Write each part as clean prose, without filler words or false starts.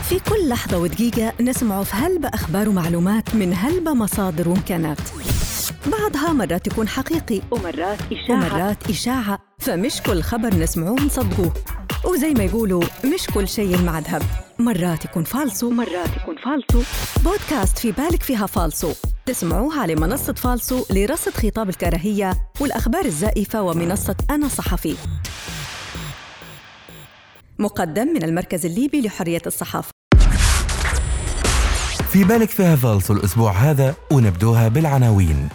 في كل لحظة ودقيقة نسمع في هلبة أخبار ومعلومات من هلبة مصادر وإمكانات، بعضها مرات يكون حقيقي ومرات إشاعة، فمش كل خبر نسمعوه نصدقوه، وزي ما يقولوا مش كل شيء المعذب، مرات يكون فالسو. بودكاست في بالك فيها فالسو تسمعوها على منصة فالسو لرصد خطاب الكراهية والأخبار الزائفة، ومنصة أنا صحفي، مقدم من المركز الليبي لحرية الصحافة. في بالك فيها فالسو الأسبوع هذا، ونبدوها بالعناوين.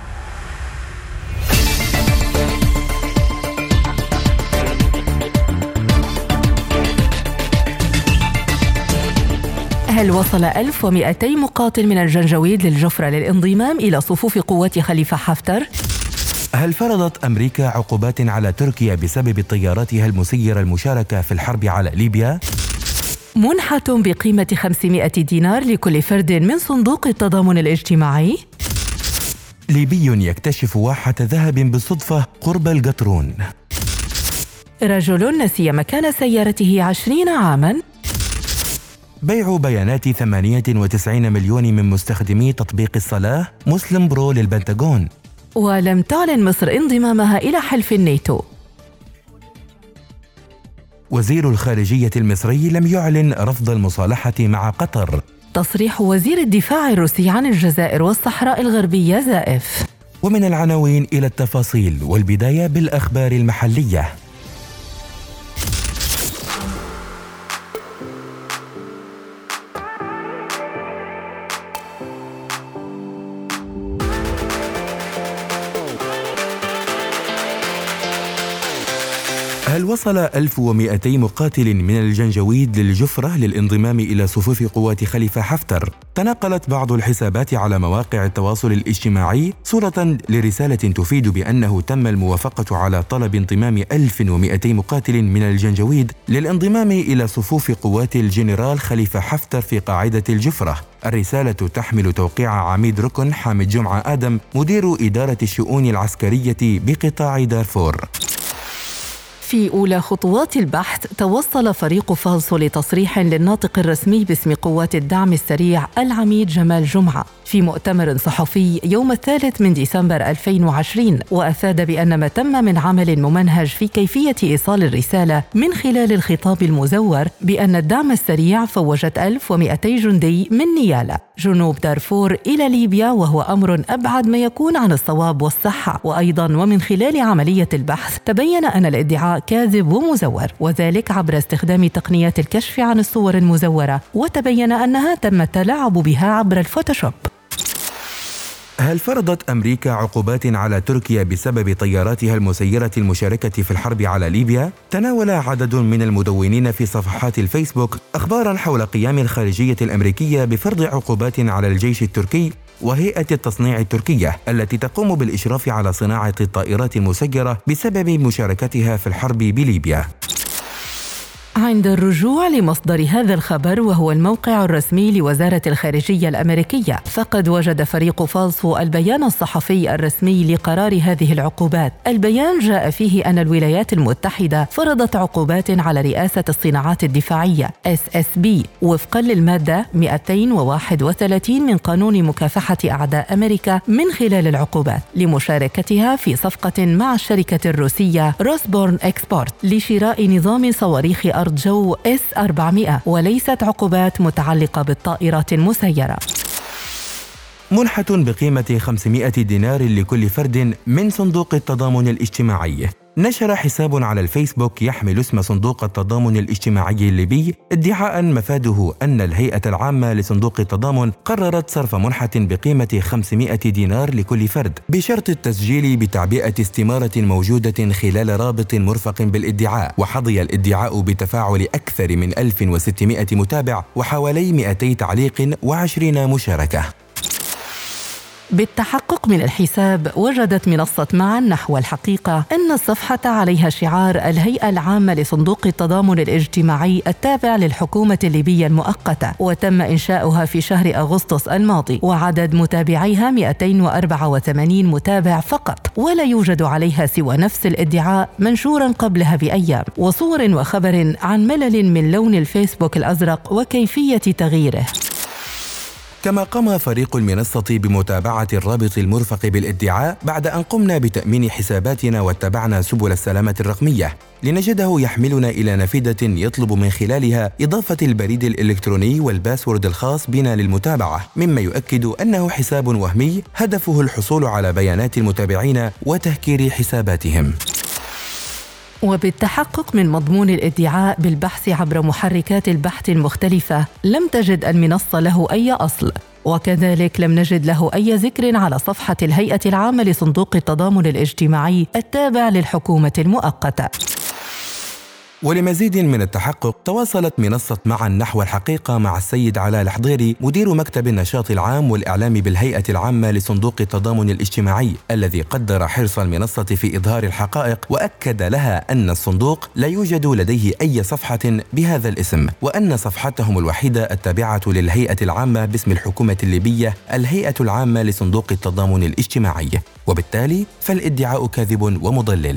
هل وصل 1200 مقاتل من الجنجويد للجفرة للانضمام إلى صفوف قوات خليفة حفتر؟ هل فرضت أمريكا عقوبات على تركيا بسبب طياراتها المسيرة المشاركة في الحرب على ليبيا؟ منحة بقيمة 500 دينار لكل فرد من صندوق التضامن الاجتماعي؟ ليبي يكتشف واحة ذهب بالصدفة قرب القطرون. رجل نسي مكان سيارته 20 عاماً. بيع بيانات 98 مليون من مستخدمي تطبيق الصلاة مسلم برو للبنتاغون. ولم تعلن مصر انضمامها إلى حلف الناتو. وزير الخارجية المصري لم يعلن رفض المصالحة مع قطر. تصريح وزير الدفاع الروسي عن الجزائر والصحراء الغربية زائف. ومن العناوين إلى التفاصيل، والبداية بالأخبار المحلية. هل وصل 1200 مقاتل من الجنجويد للجفرة للانضمام إلى صفوف قوات خليفة حفتر؟ تناقلت بعض الحسابات على مواقع التواصل الاجتماعي صورة لرسالة تفيد بأنه تم الموافقة على طلب انضمام 1200 مقاتل من الجنجويد للانضمام إلى صفوف قوات الجنرال خليفة حفتر في قاعدة الجفرة. الرسالة تحمل توقيع عميد ركن حامد جمعة آدم، مدير إدارة الشؤون العسكرية بقطاع دارفور. في أولى خطوات البحث، توصل فريق فالسو لتصريح للناطق الرسمي باسم قوات الدعم السريع العميد جمال جمعة في مؤتمر صحفي يوم 3 ديسمبر 2020، وأفاد بأن ما تم من عمل ممنهج في كيفية إيصال الرسالة من خلال الخطاب المزور بأن الدعم السريع فوجت 1200 جندي من نيالا جنوب دارفور إلى ليبيا، وهو أمر أبعد ما يكون عن الصواب والصحة. وأيضا ومن خلال عملية البحث تبين أن الادعاء كاذب ومزور، وذلك عبر استخدام تقنيات الكشف عن الصور المزورة، وتبين أنها تم التلاعب بها عبر الفوتوشوب. هل فرضت أمريكا عقوبات على تركيا بسبب طياراتها المسيرة المشاركة في الحرب على ليبيا؟ تناول عدد من المدونين في صفحات الفيسبوك أخباراً حول قيام الخارجية الأمريكية بفرض عقوبات على الجيش التركي وهيئة التصنيع التركية التي تقوم بالإشراف على صناعة الطائرات المسيرة بسبب مشاركتها في الحرب بليبيا. عند الرجوع لمصدر هذا الخبر، وهو الموقع الرسمي لوزارة الخارجية الأمريكية، فقد وجد فريق فالسو البيان الصحفي الرسمي لقرار هذه العقوبات. البيان جاء فيه أن الولايات المتحدة فرضت عقوبات على رئاسة الصناعات الدفاعية SSB وفقا للمادة 231 من قانون مكافحة أعداء أمريكا، من خلال العقوبات لمشاركتها في صفقة مع الشركة الروسية روسبورن إكسبورت لشراء نظام صواريخ أرض جو S-400، وليست عقوبات متعلقة بالطائرات المسيرة. منحة بقيمة 500 دينار لكل فرد من صندوق التضامن الاجتماعي. نشر حساب على الفيسبوك يحمل اسم صندوق التضامن الاجتماعي الليبي ادعاء مفاده أن الهيئة العامة لصندوق التضامن قررت صرف منحة بقيمة 500 دينار لكل فرد بشرط التسجيل بتعبئة استمارة موجودة خلال رابط مرفق بالادعاء. وحظي الادعاء بتفاعل أكثر من 1600 متابع وحوالي 200 تعليق و20 مشاركة. بالتحقق من الحساب، وجدت منصة معا نحو الحقيقة أن الصفحة عليها شعار الهيئة العامة لصندوق التضامن الاجتماعي التابع للحكومة الليبية المؤقتة، وتم إنشاؤها في شهر أغسطس الماضي، وعدد متابعيها 284 متابع فقط، ولا يوجد عليها سوى نفس الادعاء منشورا قبلها بأيام، وصور وخبر عن ملل من لون الفيسبوك الأزرق وكيفية تغييره. كما قام فريق المنصة بمتابعة الرابط المرفق بالادعاء بعد أن قمنا بتأمين حساباتنا واتبعنا سبل السلامة الرقمية، لنجده يحملنا إلى نافذة يطلب من خلالها إضافة البريد الإلكتروني والباسورد الخاص بنا للمتابعة، مما يؤكد أنه حساب وهمي هدفه الحصول على بيانات المتابعين وتهكير حساباتهم. وبالتحقق من مضمون الادعاء بالبحث عبر محركات البحث المختلفة، لم تجد المنصة له أي أصل، وكذلك لم نجد له أي ذكر على صفحة الهيئة العامة لصندوق التضامن الاجتماعي التابع للحكومة المؤقتة. ولمزيد من التحقق، تواصلت منصة معا نحو الحقيقة مع السيد علاء الحضيري مدير مكتب النشاط العام والإعلام بالهيئة العامة لصندوق التضامن الاجتماعي، الذي قدر حرص المنصة في إظهار الحقائق، وأكد لها أن الصندوق لا يوجد لديه أي صفحة بهذا الاسم، وأن صفحتهم الوحيدة التابعة للهيئة العامة باسم الحكومة الليبية الهيئة العامة لصندوق التضامن الاجتماعي، وبالتالي فالادعاء كاذب ومضلل.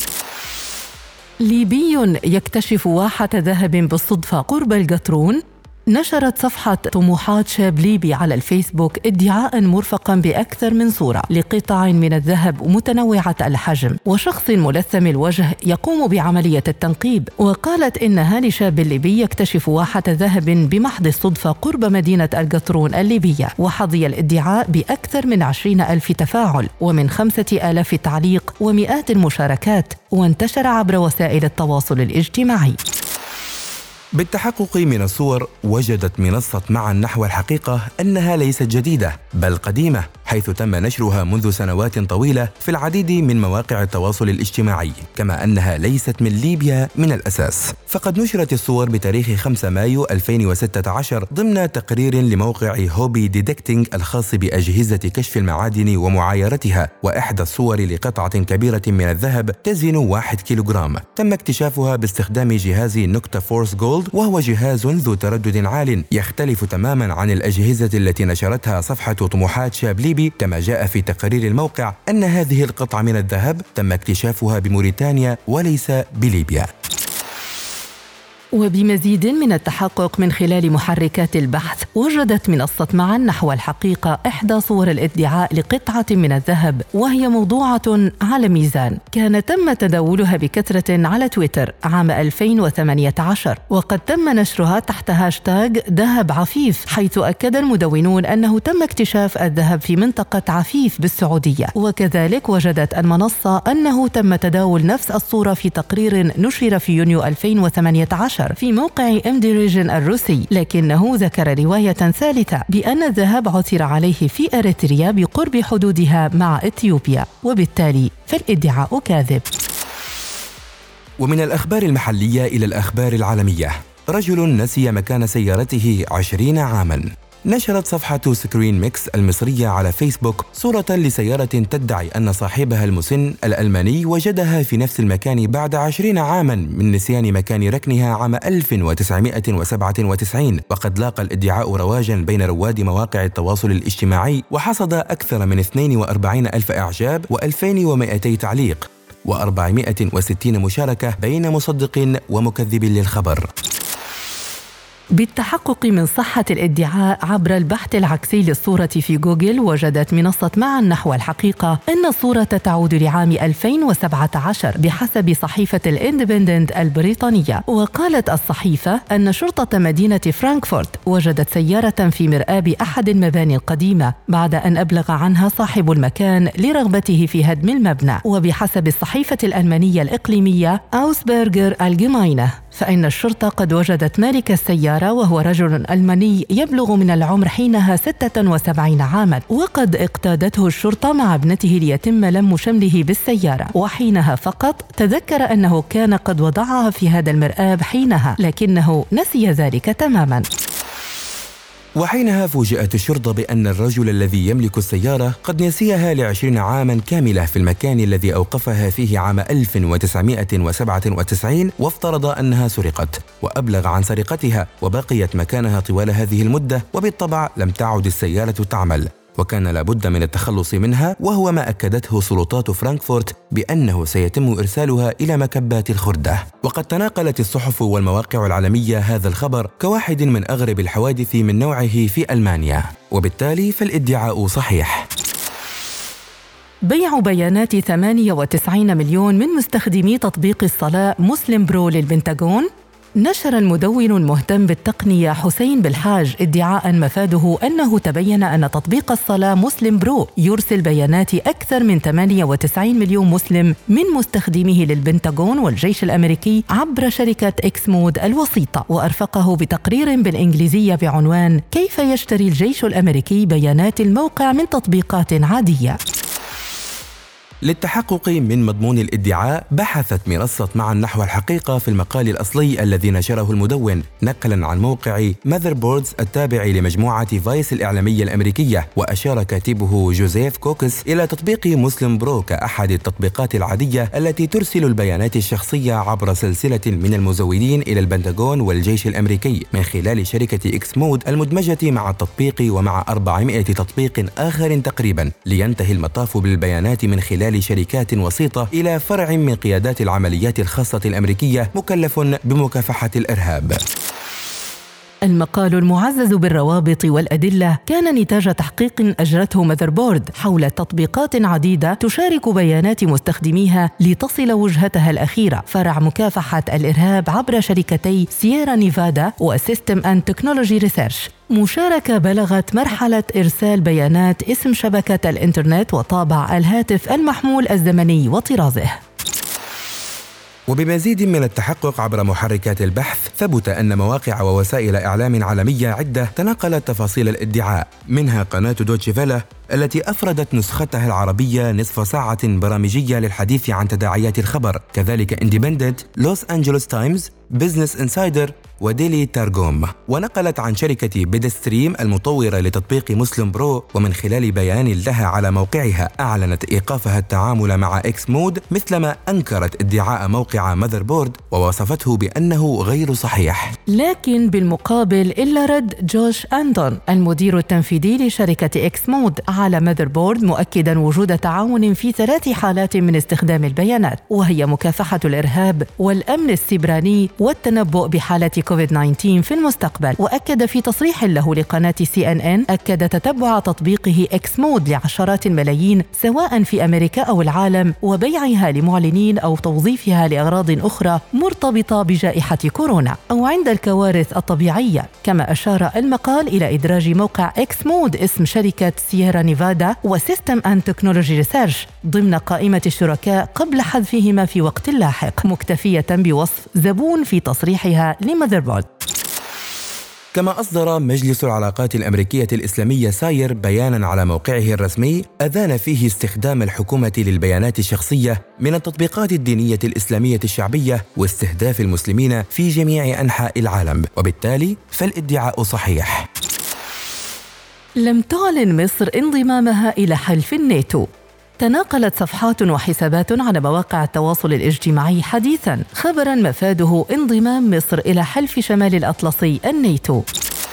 ليبي يكتشف واحة ذهب بالصدفة قرب القطرون. نشرت صفحة طموحات شاب ليبي على الفيسبوك ادعاء مرفقا بأكثر من صورة لقطع من الذهب متنوعة الحجم وشخص ملثم الوجه يقوم بعملية التنقيب، وقالت إنها لشاب ليبي يكتشف واحة ذهب بمحض الصدفة قرب مدينة القطرون الليبية، وحظي الادعاء بأكثر من 20,000 تفاعل ومن 5,000 تعليق ومئات المشاركات، وانتشر عبر وسائل التواصل الاجتماعي. بالتحقق من الصور، وجدت منصة معا نحو الحقيقة أنها ليست جديدة بل قديمة، حيث تم نشرها منذ سنوات طويلة في العديد من مواقع التواصل الاجتماعي، كما أنها ليست من ليبيا من الأساس. فقد نشرت الصور بتاريخ 5 مايو 2016 ضمن تقرير لموقع هوبي ديدكتينج الخاص بأجهزة كشف المعادن ومعايرتها، وإحدى الصور لقطعة كبيرة من الذهب تزن 1 كيلوغرام تم اكتشافها باستخدام جهاز نوكتا فورس جولد، وهو جهاز ذو تردد عال يختلف تماما عن الأجهزة التي نشرتها صفحة طموحات شاب ليبي. كما جاء في تقرير الموقع أن هذه القطعة من الذهب تم اكتشافها بموريتانيا وليس بليبيا. وبمزيد من التحقق من خلال محركات البحث، وجدت منصة معا نحو الحقيقة إحدى صور الادعاء لقطعة من الذهب، وهي موضوعة على ميزان كان تم تداولها بكثرة على تويتر عام 2018، وقد تم نشرها تحت هاشتاغ ذهب عفيف، حيث أكد المدونون أنه تم اكتشاف الذهب في منطقة عفيف بالسعودية. وكذلك وجدت المنصة أنه تم تداول نفس الصورة في تقرير نشر في يونيو 2018 في موقع MDRegion الروسي، لكنه ذكر رواية ثالثة بأن الذهب عثر عليه في أريتريا بقرب حدودها مع إثيوبيا، وبالتالي فالادعاء كاذب. ومن الأخبار المحلية إلى الأخبار العالمية، رجل نسي مكان سيارته 20 عاماً. نشرت صفحة سكرين ميكس المصرية على فيسبوك صورة لسيارة تدعي أن صاحبها المسن الألماني وجدها في نفس المكان بعد 20 عاماً من نسيان مكان ركنها عام 1997، وقد لاقى الادعاء رواجاً بين رواد مواقع التواصل الاجتماعي، وحصد أكثر من 42,000 إعجاب و2200 تعليق و460 مشاركة بين مصدق ومكذب للخبر. بالتحقق من صحة الادعاء عبر البحث العكسي للصورة في جوجل، وجدت منصة معا نحو الحقيقة أن الصورة تعود لعام 2017 بحسب صحيفة الاندبندنت البريطانية. وقالت الصحيفة أن شرطة مدينة فرانكفورت وجدت سيارة في مرآب أحد المباني القديمة بعد أن أبلغ عنها صاحب المكان لرغبته في هدم المبنى. وبحسب الصحيفة الألمانية الإقليمية أوسبرغر الجيماينة، فإن الشرطة قد وجدت مالك السيارة وهو رجل ألماني يبلغ من العمر حينها 76 عاما، وقد اقتادته الشرطة مع ابنته ليتم لم شمله بالسيارة، وحينها فقط تذكر أنه كان قد وضعها في هذا المرآب حينها، لكنه نسي ذلك تماما. وحينها فوجئت الشرطة بأن الرجل الذي يملك السيارة قد نسيها ل20 عاما كاملة في المكان الذي أوقفها فيه عام 1997 وافترض أنها سرقت، وأبلغ عن سرقتها وبقيت مكانها طوال هذه المدة، وبالطبع لم تعد السيارة تعمل، وكان لابد من التخلص منها، وهو ما أكدته سلطات فرانكفورت بأنه سيتم إرسالها إلى مكبات الخردة. وقد تناقلت الصحف والمواقع العالمية هذا الخبر كواحد من أغرب الحوادث من نوعه في ألمانيا، وبالتالي فالادعاء صحيح. بيع بيانات 98 مليون من مستخدمي تطبيق الصلاة مسلم برو للبنتاغون. نشر المدون المهتم بالتقنية حسين بالحاج ادعاء مفاده أنه تبين أن تطبيق الصلاة مسلم برو يرسل بيانات أكثر من 98 مليون مسلم من مستخدميه للبنتاغون والجيش الأمريكي عبر شركة إكس مود الوسيطة، وأرفقه بتقرير بالإنجليزية بعنوان كيف يشتري الجيش الأمريكي بيانات الموقع من تطبيقات عادية. للتحقق من مضمون الادعاء بحثت منصة معا نحو الحقيقة في المقال الأصلي الذي نشره المدون نقلا عن موقع ماذربوردز التابع لمجموعة فايس الإعلامية الأمريكية، وأشار كاتبه جوزيف كوكس إلى تطبيق مسلم برو كأحد التطبيقات العادية التي ترسل البيانات الشخصية عبر سلسلة من المزودين إلى البنتاغون والجيش الأمريكي من خلال شركة إكس مود المدمجة مع التطبيق ومع 400 تطبيق آخر تقريبا، لينتهي المطاف بالبيانات من خلال شركات وسيطة إلى فرع من قيادات العمليات الخاصة الأمريكية مكلف بمكافحة الإرهاب. المقال المعزز بالروابط والأدلة كان نتاج تحقيق أجرته ماذربورد حول تطبيقات عديدة تشارك بيانات مستخدميها لتصل وجهتها الأخيرة، فرع مكافحة الإرهاب عبر شركتي سييرا نيفادا وسيستم أند تكنولوجي ريسيرش، مشاركة بلغت مرحلة إرسال بيانات اسم شبكة الإنترنت وطابع الهاتف المحمول الزمني وطرازه. وبمزيد من التحقق عبر محركات البحث ثبت أن مواقع ووسائل إعلام عالمية عدة تناقلت تفاصيل الادعاء، منها قناة دوتشي فيلا التي أفردت نسختها العربية نصف ساعة برامجية للحديث عن تداعيات الخبر، كذلك اندبندنت، لوس أنجلوس تايمز، بيزنس إنسايدر وديلي تارجوم. ونقلت عن شركة بيدستريم المطورة لتطبيق مسلم برو، ومن خلال بيان لها على موقعها أعلنت إيقافها التعامل مع إكس مود، مثلما أنكرت ادعاء موقع ماذربورد ووصفته بأنه غير صحيح. لكن بالمقابل إلا رد جوش أندون المدير التنفيذي لشركة إكس مود على ماذربورد، مؤكدا وجود تعاون في 3 حالات من استخدام البيانات، وهي مكافحة الإرهاب والأمن السيبراني والتنبؤ بحالة كوفيد-19 في المستقبل. وأكد في تصريح له لقناة CNN أكد تتبع تطبيقه إكس مود لعشرات الملايين سواء في أمريكا أو العالم، وبيعها لمعلنين أو توظيفها لأغراض أخرى مرتبطة بجائحة كورونا أو عند الكوارث الطبيعية. كما أشار المقال إلى إدراج موقع إكس مود اسم شركة سييرا نيفادا وسيستم أند تكنولوجي ريسيرش ضمن قائمة الشركاء قبل حذفهما في وقت لاحق، مكتفية بوصف زبون في تصريحها لماذربورد. كما أصدر مجلس العلاقات الأمريكية الإسلامية ساير بياناً على موقعه الرسمي أذان فيه استخدام الحكومة للبيانات الشخصية من التطبيقات الدينية الإسلامية الشعبية واستهداف المسلمين في جميع أنحاء العالم، وبالتالي فالادعاء صحيح. لم تعلن مصر انضمامها إلى حلف الناتو. تناقلت صفحات وحسابات على مواقع التواصل الاجتماعي حديثاً خبراً مفاده انضمام مصر إلى حلف شمال الأطلسي الناتو.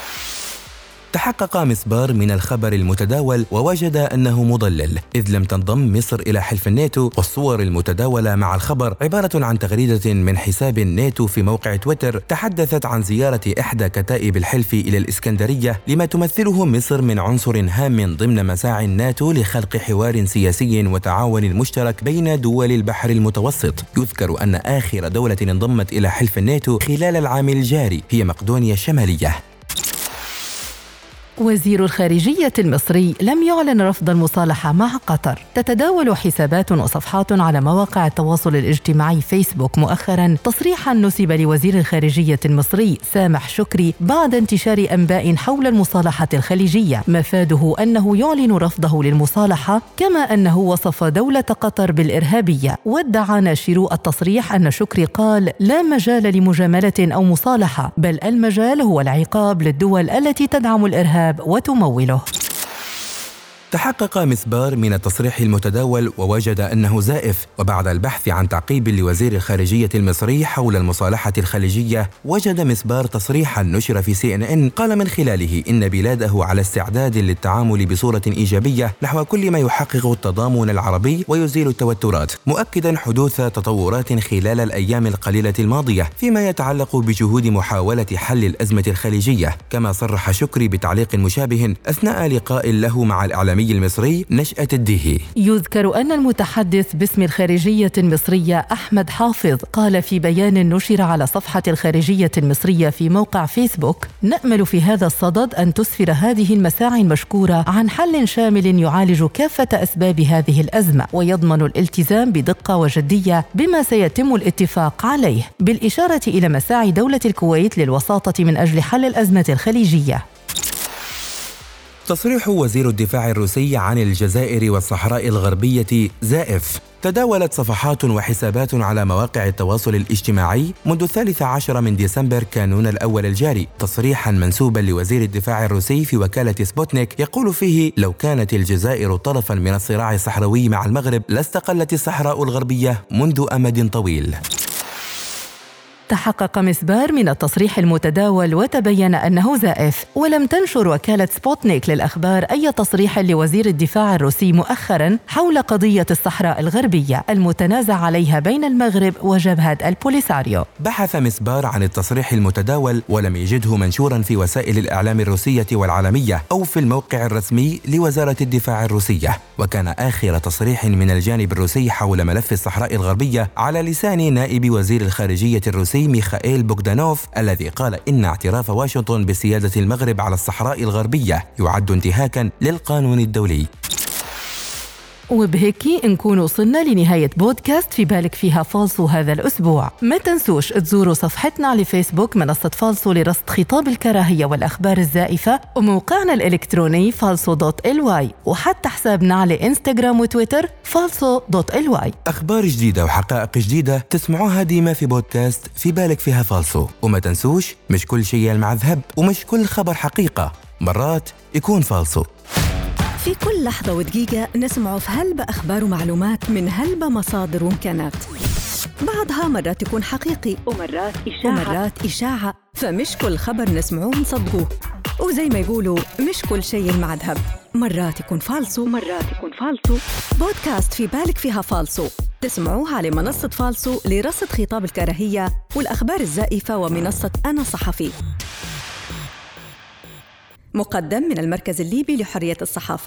تحقق مسبار من الخبر المتداول ووجد أنه مضلل، إذ لم تنضم مصر إلى حلف الناتو، والصور المتداولة مع الخبر عبارة عن تغريدة من حساب الناتو في موقع تويتر تحدثت عن زيارة إحدى كتائب الحلف إلى الإسكندرية لما تمثله مصر من عنصر هام ضمن مساعي الناتو لخلق حوار سياسي وتعاون مشترك بين دول البحر المتوسط. يذكر أن آخر دولة انضمت إلى حلف الناتو خلال العام الجاري هي مقدونيا الشمالية. وزير الخارجية المصري لم يعلن رفض المصالحة مع قطر. تتداول حسابات وصفحات على مواقع التواصل الاجتماعي فيسبوك مؤخرا تصريحا نسب لوزير الخارجية المصري سامح شكري بعد انتشار أنباء حول المصالحة الخليجية، مفاده أنه يعلن رفضه للمصالحة، كما أنه وصف دولة قطر بالإرهابية. وادعى ناشرو التصريح أن شكري قال: لا مجال لمجاملة أو مصالحة، بل المجال هو العقاب للدول التي تدعم الإرهاب وتموله. تحقق مسبار من التصريح المتداول ووجد أنه زائف، وبعد البحث عن تعقيب لوزير الخارجية المصري حول المصالحة الخليجية، وجد مسبار تصريحا نشر في CNN قال من خلاله إن بلاده على استعداد للتعامل بصورة إيجابية نحو كل ما يحقق التضامن العربي ويزيل التوترات، مؤكدا حدوث تطورات خلال الأيام القليلة الماضية فيما يتعلق بجهود محاولة حل الأزمة الخليجية. كما صرح شكري بتعليق مشابه أثناء لقاء له مع الإعلامي المصري نشأة الديهي. يذكر أن المتحدث باسم الخارجية المصرية أحمد حافظ قال في بيان نشر على صفحة الخارجية المصرية في موقع فيسبوك: نأمل في هذا الصدد أن تسفر هذه المساعي المشكورة عن حل شامل يعالج كافة أسباب هذه الأزمة ويضمن الالتزام بدقة وجدية بما سيتم الاتفاق عليه، بالإشارة إلى مساعي دولة الكويت للوساطة من أجل حل الأزمة الخليجية. تصريح وزير الدفاع الروسي عن الجزائر والصحراء الغربية زائف. تداولت صفحات وحسابات على مواقع التواصل الاجتماعي منذ 13 من ديسمبر كانون الأول الجاري تصريحا منسوبا لوزير الدفاع الروسي في وكالة سبوتنيك يقول فيه: لو كانت الجزائر طرفا من الصراع الصحراوي مع المغرب لاستقلت الصحراء الغربية منذ أمد طويل. تحقق مسبار من التصريح المتداول وتبين أنه زائف، ولم تنشر وكالة سبوتنيك للأخبار أي تصريح لوزير الدفاع الروسي مؤخرا حول قضية الصحراء الغربية المتنازع عليها بين المغرب وجبهة البوليساريو. بحث مسبار عن التصريح المتداول ولم يجده منشورا في وسائل الإعلام الروسية والعالمية أو في الموقع الرسمي لوزارة الدفاع الروسية، وكان آخر تصريح من الجانب الروسي حول ملف الصحراء الغربية على لسان نائب وزير الخارجية الروسي ميخائيل بوغدانوف، الذي قال إن اعتراف واشنطن بسيادة المغرب على الصحراء الغربية يعد انتهاكا للقانون الدولي. وبهيك نكون وصلنا لنهاية بودكاست في بالك فيها فالسو هذا الأسبوع. ما تنسوش تزوروا صفحتنا على فيسبوك منصة فالسو لرصد خطاب الكراهية والأخبار الزائفة، وموقعنا الإلكتروني falso.ly، وحتى حسابنا على إنستغرام وتويتر falso.ly. أخبار جديدة وحقائق جديدة تسمعوها ديما في بودكاست في بالك فيها فالسو. وما تنسوش مش كل شيء المعذب ومش كل خبر حقيقة، مرات يكون فالسو. في كل لحظة ودقيقة نسمع في هلبة أخبار ومعلومات من هلبة مصادر وإمكانات، بعضها مرات يكون حقيقي ومرات إشاعة، فمش كل خبر نسمعوه نصدقوه، وزي ما يقولوا مش كل شيء المعذب، مرات يكون فالسو. بودكاست في بالك فيها فالسو تسمعوها على منصة فالسو لرصد خطاب الكراهية والأخبار الزائفة، ومنصة أنا صحفي، مقدم من المركز الليبي لحرية الصحافة.